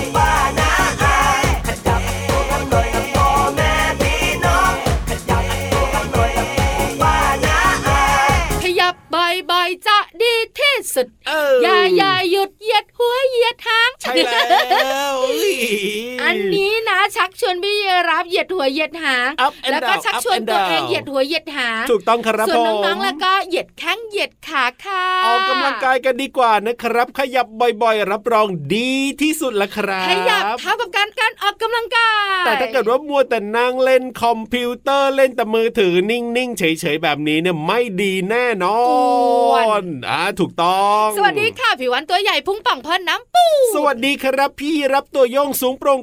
ป้าน้าอาขยับตัวกันหน่อยนะพ่อแม่พี่น้องขยับตัวกันหน่อยนะป้าน้าอาขยับบ่อยๆจะดีที่สุดอย่าหยุดเหยียดหัวเหยียดหางใช่แล้วอันนี้นะชักชวนพี่รับเหยียดหัวเหยียดหางแล้วก็ชักชวนตัวเองเหยียดหัวเหยียดหางถูกต้องครับส่วนน้องๆแล้วก็เหยียดแข้งเหยียดขาค่ะออกกำลังกายกันดีกว่านะครับขยับบ่อยๆรับรองดีที่สุดละครับขยับเท่ากับการออกกำลังกายแต่ถ้าเกิดว่ามัวแต่นั่งเล่นคอมพิวเตอร์เล่นแต่มือถือนิ่งๆเฉยๆแบบนี้เนี่ยไม่ดีแน่นอนถูกต้องสวัสดีค่ะผิววันตัวใหญ่พุ่งป่องพ่นน้ำปูสวัสดีครับพี่รับตัวโยงสูงโปร่งค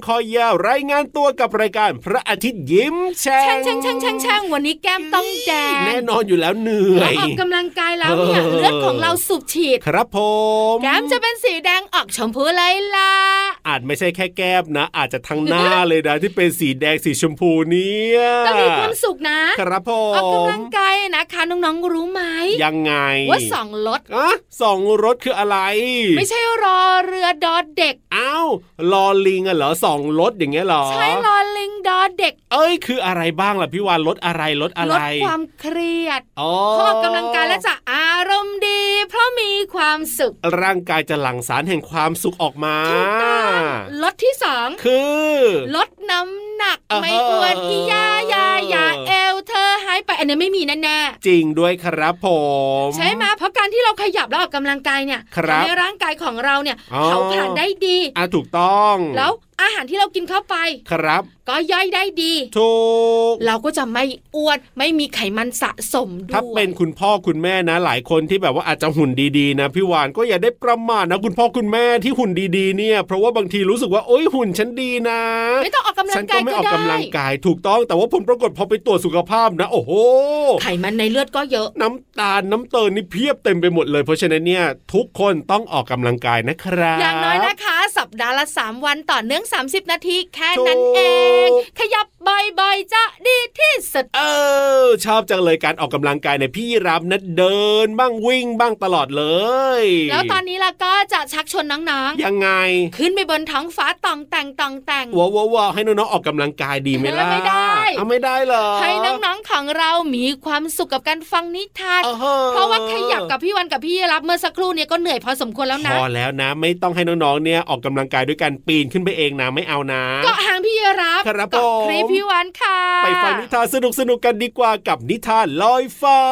คอยาวรายงานตัวกับรายการพระอาทิตย์ยิ้มแฉ่งวันนี้แก้มต้องแดงแน่นอนอยู่แล้วเหนื่อยออกกำลังกายแล้วเนี่ยเลือดของเราสูบฉีดครับผมแก้มจะเป็นสีแดงออกชมพูเลยล่ะอาจไม่ใช่แค่แก้มนะอาจจะทั้งหน้าเลยนะที่เป็นสีแดงสีชมพูเนี่ยต้องมีความสุขนะครับผมออกกำลังกายนะคะน้องๆรู้ไหมยังไงว่า2รถ 2รถคืออะไรไม่ใช่รอเรือดอเด็กอ้าวลอลิงเหรอ2รถอย่างเงี้ยหรอใช่ลอลิงดอเด็กคืออะไรบ้างล่ะพี่วานรถอะไรลดความเครียดพอออกกำลังกายแล้วจะอารมณ์ดีเพราะมีความสุขร่างกายจะหลั่งสารแห่งความสุขออกมาลดที่2 คือลดน้ำหนักไม่อวดอียาเอวเธอหายไปอันนี้ไม่มีแน่ๆจริงด้วยครับผมใช่ไหมเพราะการที่เราขยับแล้วออกกำลังกายเนี่ยทำให้ร่างกายของเราเนี่ยเผาผลาญได้ดีถูกต้องแล้วอาหารที่เรากินเข้าไปครับก็ย่อยได้ดีถูกเราก็จะไม่อ้วนไม่มีไขมันสะสมด้วยถ้าเป็นคุณพ่อคุณแม่นะหลายคนที่แบบว่าอาจจะหุ่นดีๆนะพี่วานก็อย่าได้ประมาทนะคุณพ่อคุณแม่ที่หุ่นดีๆเนี่ยเพราะว่าบางทีรู้สึกว่าโอ๊ยหุ่นฉันดีนะไม่ต้องออกกำลังกายก็ได้ฉันก็ไม่ออกกำลังกายถูกต้องแต่ว่าผลปรากฏพอไปตรวจสุขภาพนะโอ้โหไขมันในเลือดก็เยอะน้ำตาลน้ำเตยนี่เพียบเต็มไปหมดเลยเพราะฉะนั้นเนี่ยทุกคนต้องออกกำลังกายนะครับอย่างน้อยนะคะสัปดาห์ละ3วันต่อเนื่อง30นาทีแค่นั้นเองขยับบ่อยๆจะดีที่สุดชอบจังเลยการออกกำลังกายในพี่รับนะเดินบ้างวิ่งบ้างตลอดเลยแล้วตอนนี้ล่ะก็จะชักชวนน้องๆยังไงขึ้นไปบนท้องฟ้าต่องแต่งว้าวให้น้องๆออกกำลังกายดีไหมล่ะไม่ได้ไม่ได้เหรอให้น้องๆของเรามีความสุขกับการฟังนิทานเพราะว่าขยับกับพี่วันกับพี่รับเมื่อสักครู่เนี่ยก็เหนื่อยพอสมควรแล้วนะพอแล้วนะไม่ต้องให้น้องๆเนี่ยออกกำลังกายด้วยการปีนขึ้นไปเองนะไม่เอานะก็หางพี่รับกับคลิปพี่วันค่ะไปฟังนิทานสนุกๆกันดีกว่ากับนิทานลอยฟ้า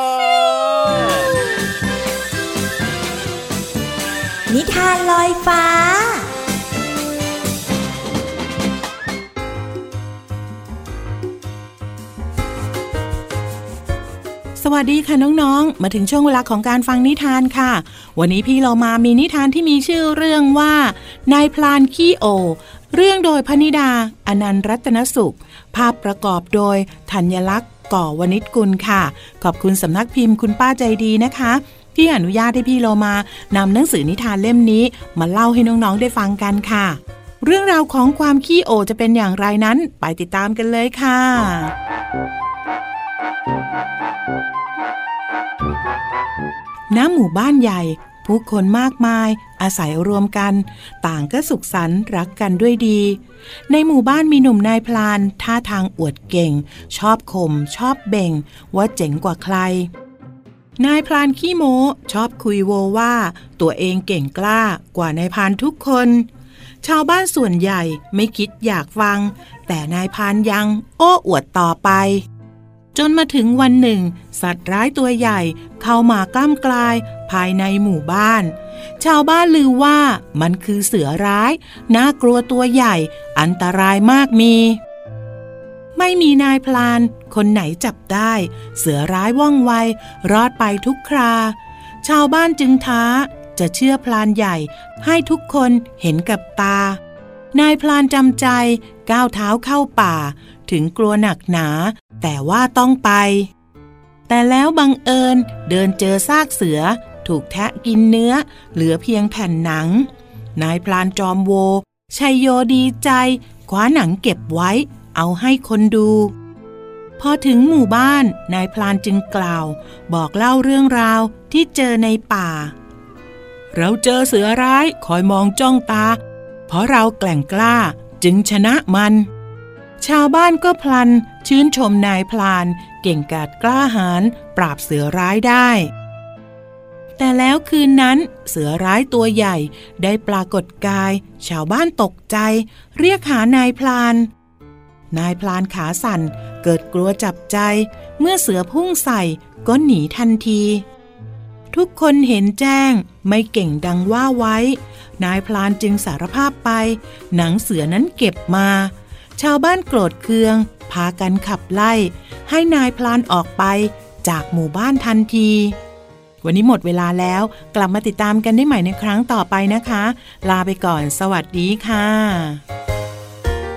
นิทานลอยฟ้าสวัสดีค่ะน้องๆมาถึงช่วงเวลาของการฟังนิทานค่ะวันนี้พี่เรามามีนิทานที่มีชื่อเรื่องว่านายพลานขี้โอเรื่องโดยพนิดาอนันต์รัตนสุขภาพประกอบโดยธัญลักษณ์ก่อวณิชกุลค่ะขอบคุณสำนักพิมพ์คุณป้าใจดีนะคะที่อนุญาตให้พี่เรามานำหนังสือนิทานเล่มนี้มาเล่าให้น้องๆได้ฟังกันค่ะเรื่องราวของความขี้โอจะเป็นอย่างไรนั้นไปติดตามกันเลยค่ะณ หมู่บ้านใหญ่ผู้คนมากมายอาศัยรวมกันต่างก็สุขสันต์รักกันด้วยดีในหมู่บ้านมีหนุ่มนายพลานท่าทางอวดเก่งชอบข่มชอบเบ่งว่าเจ๋งกว่าใครนายพลานขี้โม้ชอบคุยโวว่าตัวเองเก่งกล้ากว่านายพลานทุกคนชาวบ้านส่วนใหญ่ไม่คิดอยากฟังแต่นายพลานยังโอ้อวดต่อไปจนมาถึงวันหนึ่งสัตว์ร้ายตัวใหญ่เข้ามากล้ำกลายภายในหมู่บ้านชาวบ้านลือว่ามันคือเสือร้ายน่ากลัวตัวใหญ่อันตรายมากไม่มีนายพลานคนไหนจับได้เสือร้ายว่องไวรอดไปทุกคราชาวบ้านจึงท้าจะเชื่อพลานใหญ่ให้ทุกคนเห็นกับตานายพลานจำใจก้าวเท้าเข้าป่าถึงกลัวหนักหนาแต่ว่าต้องไปแต่แล้วบังเอิญเดินเจอซากเสือถูกแทะกินเนื้อเหลือเพียงแผ่นหนังนายพลานจอมโวชัยโยดีใจคว้าหนังเก็บไว้เอาให้คนดูพอถึงหมู่บ้านนายพลานจึงกล่าวบอกเล่าเรื่องราวที่เจอในป่าเราเจอเสือร้ายคอยมองจ้องตาเพราะเราแกร่งกล้าจึงชนะมันชาวบ้านก็พลันชื่นชมนายพลานเก่งกาจกล้าหาญปราบเสือร้ายได้แต่แล้วคืนนั้นเสือร้ายตัวใหญ่ได้ปรากฏกายชาวบ้านตกใจเรียกหานายพลานขาสั่นเกิดกลัวจับใจเมื่อเสือพุ่งใส่ก็หนีทันทีทุกคนเห็นแจ้งไม่เก่งดังว่าไว้นายพลานจึงสารภาพไปหนังเสือนั้นเก็บมาชาวบ้านโกรธเคืองพากันขับไล่ให้นายพลานออกไปจากหมู่บ้านทันทีวันนี้หมดเวลาแล้วกลับมาติดตามกันได้ใหม่ในครั้งต่อไปนะคะลาไปก่อนสวัสดีค่ะ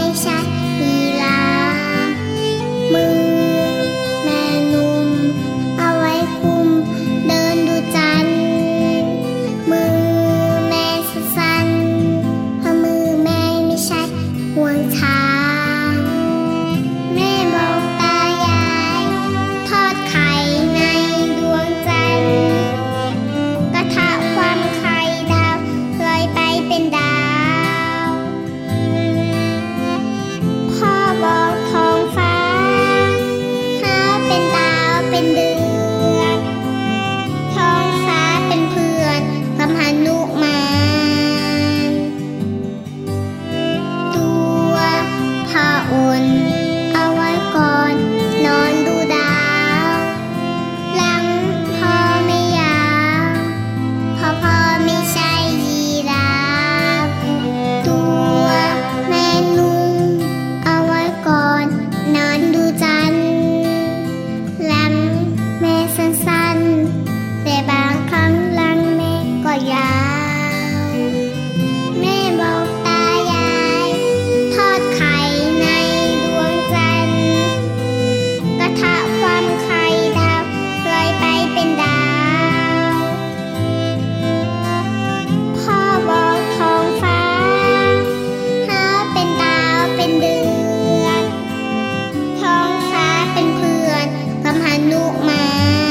ไม่ใช่ยีราฟมือแม่นุ่มเอาไว้คุมเดินดูจันทร์มือแม่สั้นๆเพราะมือแม่ไม่ใช่ห่วงช้างแม่บอกตายายทอดไข่ในดวงจันทร์กระทะความไข่ดาวลอยไปเป็นดาวพ่อบอกท้องฟ้าหาเป็นดาวเป็นเดือนท้องฟ้าเป็นเพื่อนกับหนุมานตัวพ่ออุ่นเอาไว้ก่อนนอนดูดาวหลังพ่อไม่ยาวเพราะพ่อไม่ใช่ยีราฟตัวแม่นุ่มเอาไว้ก่อนนอนดูจันทร์หลังแม่สั้นๆแต่บางครั้งหลังแม่ก็ยาวแม่บอกตายายทอดไข่ในดวงจันทร์กระทะความไข่ดาวลอยไปเป็นดาวพ่อบอกท้องฟ้าหาเป็นดาวเป็นเดือนท้องฟ้าเป็นเพื่อนกับหนุมาน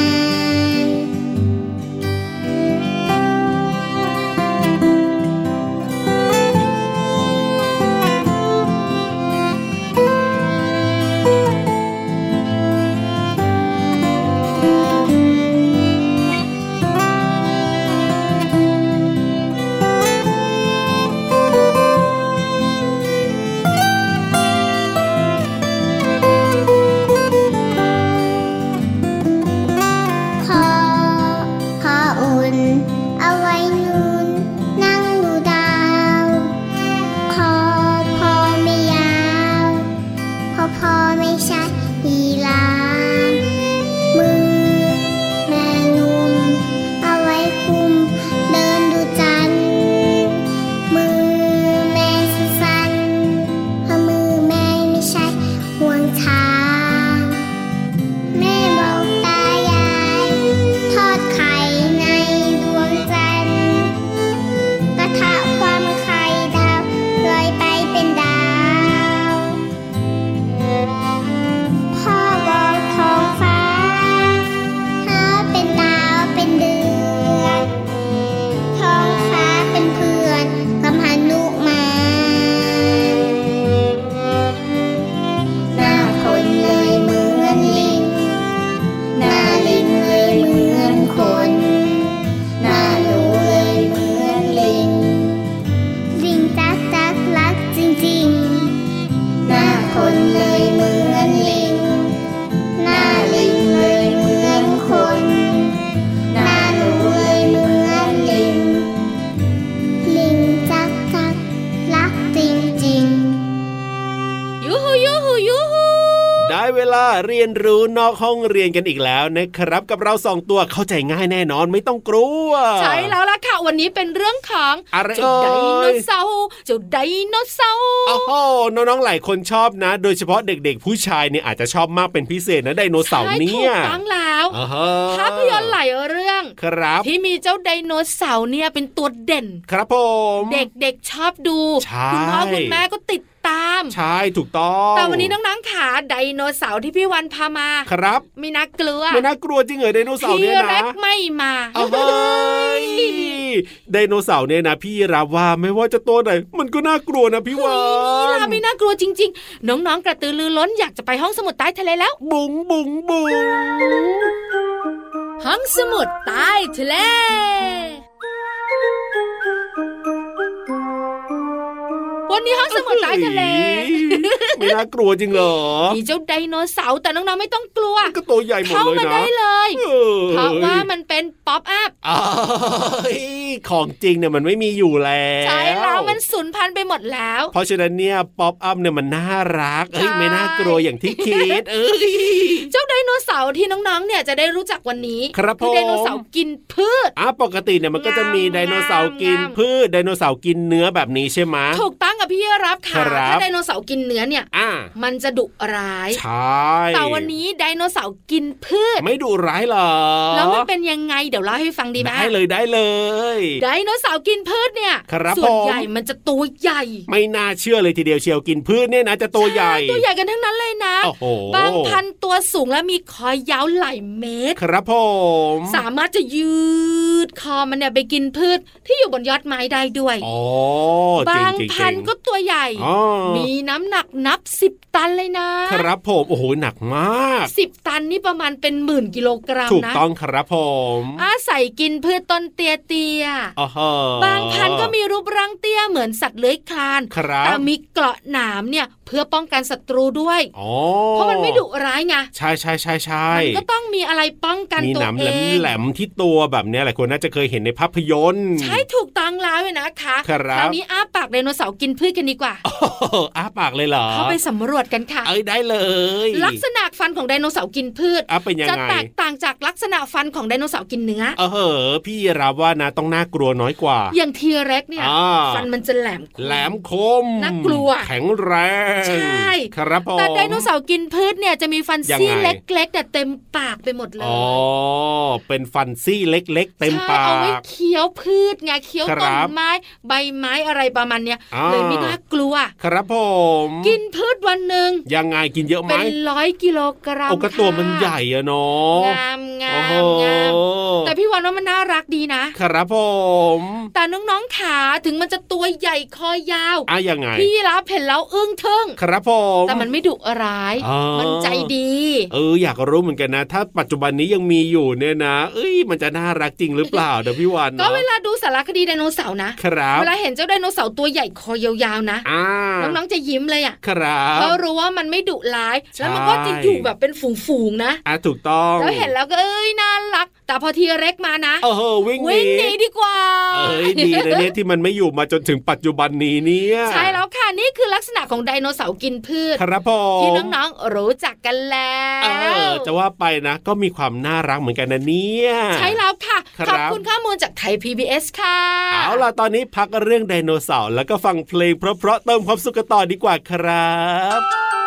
พ่ออุ่นเอาไว้นูนนั่งดูดาวคอพ่อไม่ยาวเพราะพ่อไม่ใช่ยีราฟมือแม่นุ่มเอาไว้คุมเดินดูจันทร์มือแม่สั้นๆเพราะมือแม่ไม่ใช่ห่วงช้างแม่บอกตายายทอดไข่ในดวงจันทร์กระทะความไข่ดาวลอยไปเป็นดาวพ่อบอกท้องฟ้าหาเป็นดาวเป็นเดือนท้องฟ้าเป็นเพื่อนกับหนุมานหน้าคนเลยเหมือนลิงหน้าลิงเลยเหมือนคนหน้าหนูเลยเหมือนลิงลิงจักรักจริงๆหน้าคนเลยเหมือนลิงหน้าลิงเลยเหมือนคนหน้าหนูเลยเหมือนลิงลิงจักรักจริงๆยูฮูยูฮูยูฮูได้เวลาเรียนรู้นอกห้องเรียนกันอีกแล้วนะครับกับเรา2ตัวเข้าใจง่ายแน่นอนไม่ต้องกลัวใช่แล้วล่ะค่ะวันนี้เป็นเรื่องของเจ้าไดโนเสาร์โอ้โหน้องๆหลายคนชอบนะโดยเฉพาะเด็กๆผู้ชายเนี่ยอาจจะชอบมากเป็นพิเศษนะไดโนเสาร์เนี่ยถูกต้องแล้วภาพยนตร์หลายเรื่องครับที่มีเจ้าไดโนเสาร์เนี่ยเป็นตัวเด่นครับผมเด็กๆชอบดูคุณพ่อคุณแม่ก็ติดตามใช่ถูกต้องแต่วันนี้น้องๆขาไดโนเสาร์ที่พี่วันพามาครับไม่น่ากลัวจริงเหรอไดโนเสาร์เนี่ยนะพี่แร็กไม่มาไดโนเสาร์เนี่ยนะพี่รับว่าไม่ว่าจะตัวไหนมันก็น่ากลัวนะพี่วานไม่น่ากลัวจริงๆน้องๆกระตือรือร้นอยากจะไปห้องสมุดใต้ทะเลแล้วบุ๋งบุ๋งบุ๋งห้องสมุดใต้ทะเลวันนี้ห้องสมุดใต้ทะเลไม่น่ากลัวจริงเหรอมีเจ้าไดโนเสาร์แต่น้องๆไม่ต้องกลัวก็ตัวใหญ่หมดเลยนะเข้ามาได้เลยเพราะว่ามันเป็นป๊อปอัพของจริงเนี่ยมันไม่มีอยู่แล้วใช่แล้วมันสูญพันธุ์ไปหมดแล้วเพราะฉะนั้นเนี่ยป๊อปอัพเนี่ยมันน่ารักไม่น่ากลัวอย่างที่คิดเจ้าไดโนเสาร์ที่น้องๆเนี่ยจะได้รู้จักวันนี้คือไดโนเสาร์กินพืชปกติเนี่ยมันก็จะมีไดโนเสาร์กินพืชไดโนเสาร์กินเนื้อแบบนี้ใช่ไหมถูกต้องกับพี่รับค่ะถ้าไดโนเสาร์กินเนื้อเนี่ยมันจะดุร้ายใช่แต่วันนี้ไดโนเสาร์กินพืชไม่ดุร้ายหรอแล้วมันเป็นยังไงเดี๋ยวเล่าให้ฟังดีไหมได้เลยไดโนเสาร์กินพืชเนี่ยส่วนใหญ่มันจะตัวใหญ่ไม่น่าเชื่อเลยทีเดียวเชียวกินพืชเนี่ยนะจะตัวใหญ่กันทั้งนั้นเลยนะบางพันตัวสูงและมีคอยาวหลายเมตรครับผมสามารถจะยืดคอมันเนี่ยไปกินพืชที่อยู่บนยอดไม้ได้ด้วยบางพันก็ตัวใหญ่มีน้ำหนักนับ10 ตันเลยนะครับผมโอ้โหหนักมาก 10 ตันนี่ประมาณเป็นหมื่นกิโลกรัมนะถูกต้องครับผมอาศัยกินพืชต้นเตี้ยบางพันก็มีรูปร่างเตี้ยเหมือนสัตว์เลื้อยคลานแต่มีเกราะหนามเนี่ยเพื่อป้องกันศัตรูด้วยเพราะมันไม่ดุร้ายไงใช่มันก็ต้องมีอะไรป้องกันตัวเองมีหนามแหลมที่ตัวแบบนี้หลายคนน่าจะเคยเห็นในภาพยนตร์ใช่ถูกต้องแล้วนะคะคราวนี้อ้าปากไดโนเสาร์กินพืชกันดีกว่าอ้าปากเลยเหรอเข้าไปสำรวจกันค่ะได้เลยลักษณะฟันของไดโนเสาร์กินพืชจะแตกต่างจากลักษณะฟันของไดโนเสาร์กินเนื้อพี่รับว่านะต้องน่ากลัวน้อยกว่าอย่างทีเร็กเนี่ยฟันมันจะแหลมคมน่ากลัวแข็งแรงใช่ครับผมแต่ไดโนเสาร์กินพืชเนี่ยจะมีฟันซี่เล็กๆแต่เต็มปากไปหมดเลยเป็นฟันซี่เล็กๆเต็มปากเอาไว้เคี้ยวพืชไงเคี้ยวต้นไม้ใบไม้อะไรประมาณเนี้ยเลยไม่น่ากลัวครับผมกินพืชวันนึงยังไงกินเยอะไหมเป็น100 กิโลกรัมก็ตัวมันใหญ่อะเนาะงามแต่พี่วันว่ามันน่ารักดีนะครับผมแต่น้องๆขาถึงมันจะตัวใหญ่คอยาวยังไงพี่รับเห็นแล้วอึ้งทึ่งครับผมแต่มันไม่ดุร้ายมันใจดีอยากรู้เหมือนกันนะถ้าปัจจุบันนี้ยังมีอยู่เนี่ยนะมันจะน่ารักจริงหรือเปล่าเดี๋ยวพี่วันก็เวลาดูสารคดีไดโนเสาร์นะครับเวลาเห็นเจ้าไดโนเสาร์ตัวใหญ่คอยาวๆนะน้องๆจะยิ้มเลยเพราะรู้ว่ามันไม่ดุร้ายแล้วมันก็จะอยู่แบบเป็นฝูงๆนะถูกต้องแล้วเห็นแล้วก็น่ารักแต่พอทีเร็กมานะวิ่งหนีดีกว่าดีเลยเนี่ยที่มันไม่อยู่มาจนถึงปัจจุบันนี้เนี่ยใช่แล้วค่ะนี่คือลักษณะของไดโนเสาร์กินพืชครับผมที่น้องๆรู้จักกันแล้วจะว่าไปนะก็มีความน่ารักเหมือนกันนะเนี่ยใช่แล้วค่ะขอบคุณข้อมูลจากไทย PBS ค่ะเอาล่ะตอนนี้พักเรื่องไดโนเสาร์แล้วก็ฟังเพลงเพราะๆเติมความสุขกันต่อดีกว่าครับ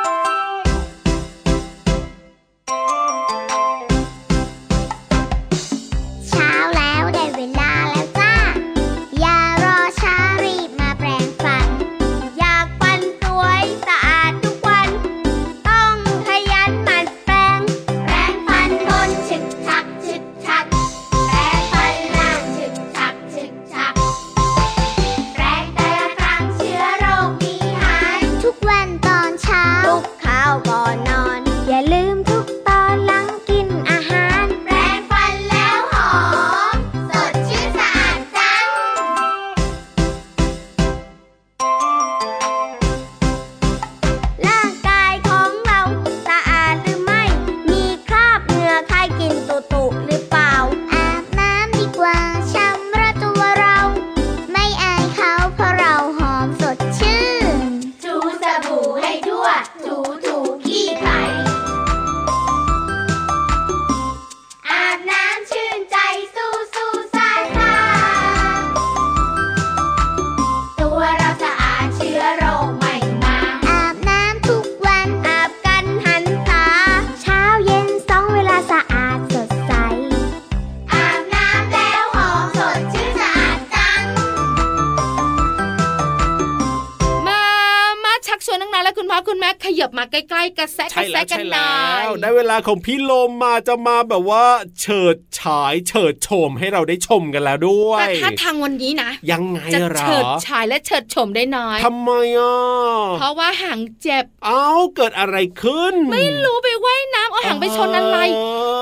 คุณแม่ขยับมาใกล้ๆกระแซะกันหน่อยได้เวลาของพี่โลมาจะมาแบบว่าเฉิดฉายเฉิดโฉมให้เราได้ชมกันแล้วด้วยแต่ถ้าทางวันนี้นะยังไงจะเฉิดฉายและเฉิดโฉมได้น้อยทำไมเพราะว่าหางเจ็บเกิดอะไรขึ้นไม่รู้ไปว่ายน้ำเอาหางไปชนอะไรแต่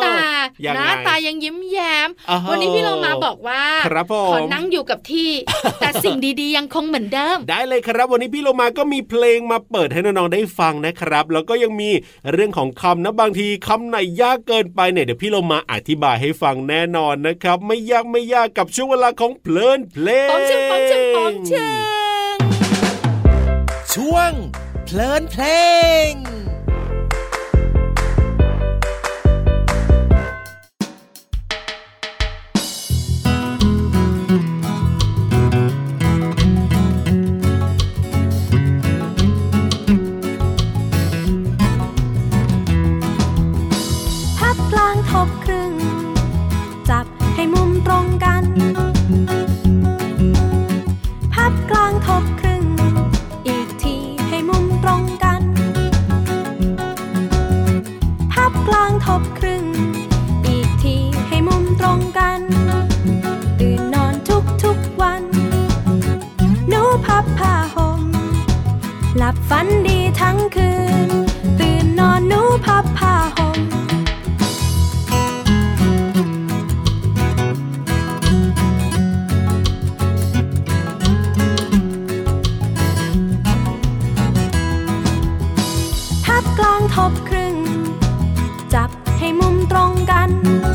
หน้าตายังยิ้มแย้มวันนี้พี่เรามาบอกว่าขอนั่งอยู่กับที่ แต่สิ่งดีๆยังคงเหมือนเดิมได้เลยครับวันนี้พี่เรามาก็มีเพลงมาเปิดให้น้องๆได้ฟังนะครับแล้วก็ยังมีเรื่องของคำนะบางทีคำไหนยากเกินไปเนี่ยเดี๋ยวพี่เรามาอธิบายให้ฟังแน่นอนนะครับไม่ยากกับช่วงเวลาของเพลินเพลงปองเชิงปองเชิงปองเชิงช่วงเพลินเพลงฝันดีทั้งคืนตื่นนอนหนูพับผ้าห่มพับกลางทบครึ่งจับให้มุมตรงกัน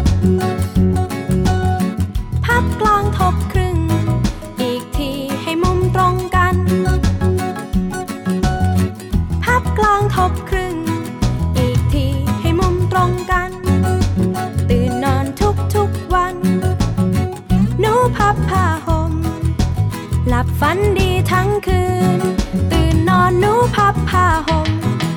พับกลางทบครึ่งอีกทีให้มุมตรงกันกลางทบครึ่งอีกทีให้มุมตรงกันตื่นนอนทุกวันหนูพับผ้าห่มหลับฝันดีทั้งคืนตื่นนอนหนูพับผ้าห่ม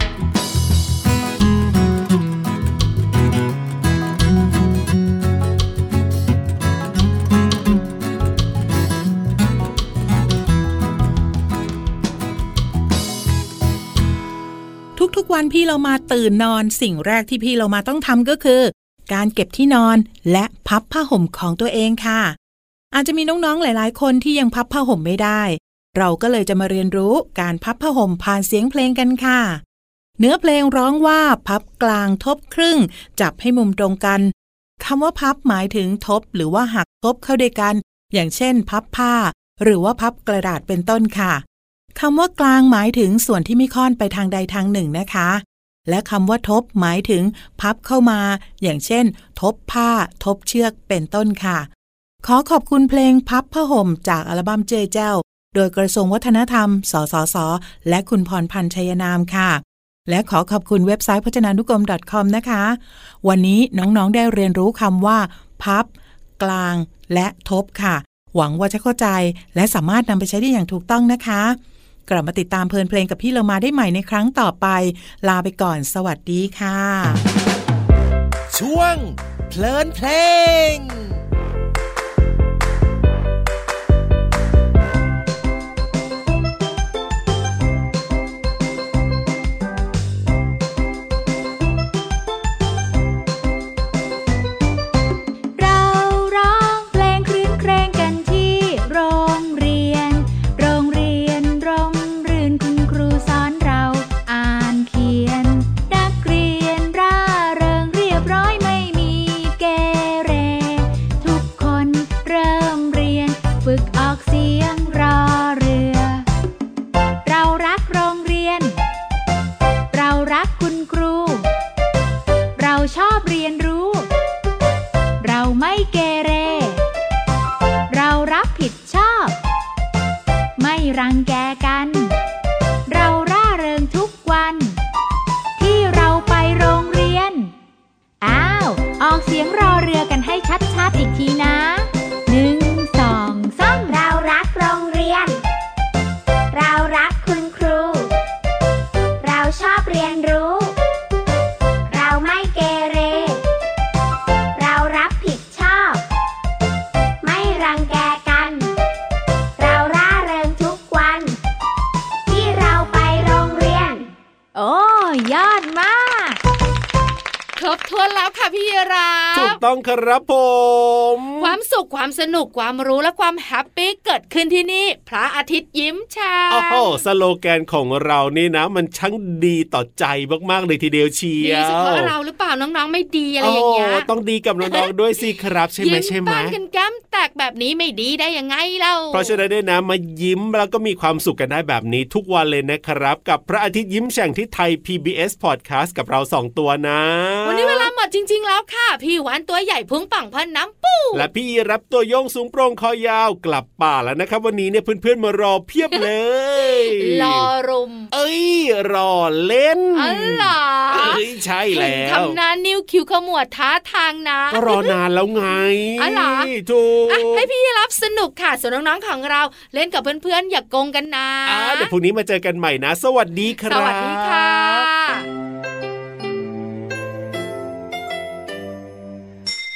ทุกวันพี่เรามาตื่นนอนสิ่งแรกที่พี่เรามาต้องทำก็คือการเก็บที่นอนและพับผ้าห่มของตัวเองค่ะอาจจะมีน้องๆหลายๆคนที่ยังพับผ้าห่มไม่ได้เราก็เลยจะมาเรียนรู้การพับผ้าห่มผ่านเสียงเพลงกันค่ะเนื้อเพลงร้องว่าพับกลางทบครึ่งจับให้มุมตรงกันคำว่าพับหมายถึงทบหรือว่าหักทบเข้าด้วยกันอย่างเช่นพับผ้าหรือว่าพับกระดาษเป็นต้นค่ะคำว่ากลางหมายถึงส่วนที่ไม่ค่อนไปทางใดทางหนึ่งนะคะและคำว่าทบหมายถึงพับเข้ามาอย่างเช่นทบผ้าทบเชือกเป็นต้นค่ะขอขอบคุณเพลงพับผ้าห่มจากอัลบั้มเจเจ้าโดยกระทรวงวัฒนธรรมสสส.และคุณพรพันธ์ชัยนามค่ะและขอขอบคุณเว็บไซต์พจนานุกรม .com นะคะวันนี้น้องๆได้เรียนรู้คำว่าพับกลางและทบค่ะหวังว่าจะเข้าใจและสามารถนำไปใช้ได้อย่างถูกต้องนะคะกลับมาติดตามเพลินเพลงกับพี่เรามาได้ใหม่ในครั้งต่อไปลาไปก่อนสวัสดีค่ะช่วงเพลินเพลงรังแกกันเราร่าเริงทุกวันที่เราไปโรงเรียนอ้าวออกเสียงรอเรือกันให้ชัดๆอีกทีนะ1 2 3เรารักโรงเรียนเรารักคุณครูเราชอบเรียนรู้เราไม่เกเรเรารับผิดชอบไม่รังแกกันเราร่าเริงทุกวันที่เราไปโรงเรียนโอ้ยอดมากครบถ้วนแล้วค่ะพี่รับถูกต้องครับผมความสุขความสนุกความรู้และความแฮปปี้เกิดขึ้นที่นี่พระอาทิตย์ยิ้มแฉ่งโอ้โหสโลแกนของเรานี่นะมันช่างดีต่อใจมากๆเลยทีเดียวเชียวดีเฉพาะเราหรือเปล่าน้องๆไม่ดีอะไรอย่างเงี้ยต้องดีกับน้องๆด้วยสิครับใช่ไหมใช่ไหมยิ้มกันแก้มแตกแบบนี้ไม่ดีได้ยังไงเล่าเพราะฉะนั้นเนี่ยนะมายิ้มแล้วก็มีความสุขกันได้แบบนี้ทุกวันเลยนะครับกับพระอาทิตย์ยิ้มแฉ่งที่ไทย PBS Podcast กับเรา2ตัวนะวันนี้เวลาหมดจริงๆแล้วค่ะพี่วานตัวใหญ่พุงปังพน้ำปูและพี่รับตัวโยงสูงโปร่งคอยาวกลับป่าแล้วนะครับวันนี้เนี่ยเพื่อนๆมารอเพียบเลยรอรุมรอเล่นอ๋อเหรอใช่แล้วทำหน้านิ้วคิ้วขมวดท้าทางนะก็รอนานแล้วไงอ๋อเหรอถูกให้พี่รับสนุกค่ะส่วนน้องๆของเราเล่นกับเพื่อนๆอย่าโกงกันนะเดี๋ยวพรุ่งนี้มาเจอกันใหม่นะสวัสดีครับสวัสดีค่ะ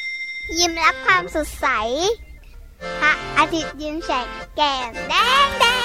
ยิ้มรับความสดใสพระอาทิตย์ยิ้มแฉกแก้มแดง